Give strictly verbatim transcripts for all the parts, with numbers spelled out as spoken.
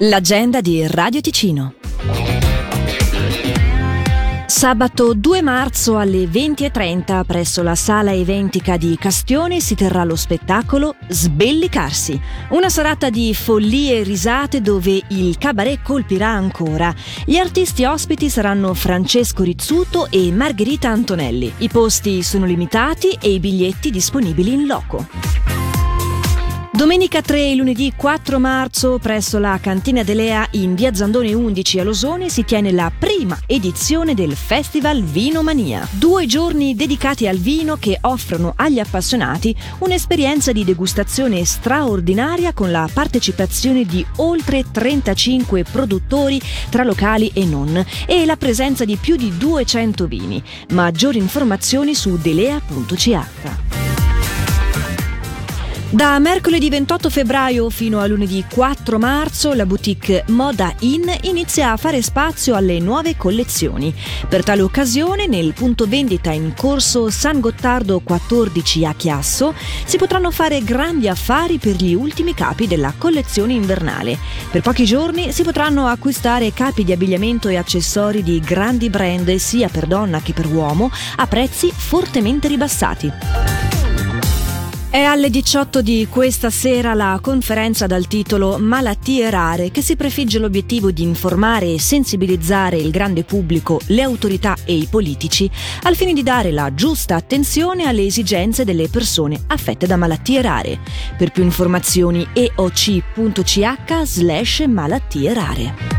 L'agenda di Radio Ticino. Sabato due marzo alle venti e trenta presso la sala eventica di Castione si terrà lo spettacolo Sbellicarsi, una serata di follie e risate dove il cabaret colpirà ancora. Gli artisti ospiti saranno Francesco Rizzuto e Margherita Antonelli. I posti sono limitati e i biglietti disponibili in loco. Domenica tre e lunedì quattro marzo presso la Cantina Delea in via Zandone undici a Losone si tiene la prima edizione del Festival Vinomania. Due giorni dedicati al vino che offrono agli appassionati un'esperienza di degustazione straordinaria con la partecipazione di oltre trentacinque produttori tra locali e non e la presenza di più di duecento vini. Maggiori informazioni su delea punto c h. Da mercoledì ventotto febbraio fino a lunedì quattro marzo la boutique Moda In inizia a fare spazio alle nuove collezioni. Per tale occasione, nel punto vendita in corso San Gottardo quattordici a Chiasso si potranno fare grandi affari per gli ultimi capi della collezione invernale. Per pochi giorni si potranno acquistare capi di abbigliamento e accessori di grandi brand sia per donna che per uomo a prezzi fortemente ribassati. È alle diciotto di questa sera la conferenza dal titolo Malattie rare che si prefigge l'obiettivo di informare e sensibilizzare il grande pubblico, le autorità e i politici al fine di dare la giusta attenzione alle esigenze delle persone affette da malattie rare. Per più informazioni e o c punto c h slash malattie rare.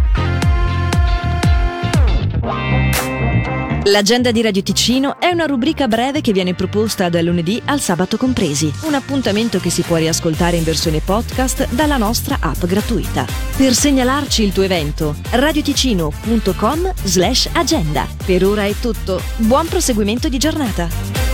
L'agenda di Radio Ticino è una rubrica breve che viene proposta dal lunedì al sabato compresi. Un appuntamento che si può riascoltare in versione podcast dalla nostra app gratuita. Per segnalarci il tuo evento, radioticino punto com slash agenda. Per ora è tutto. Buon proseguimento di giornata.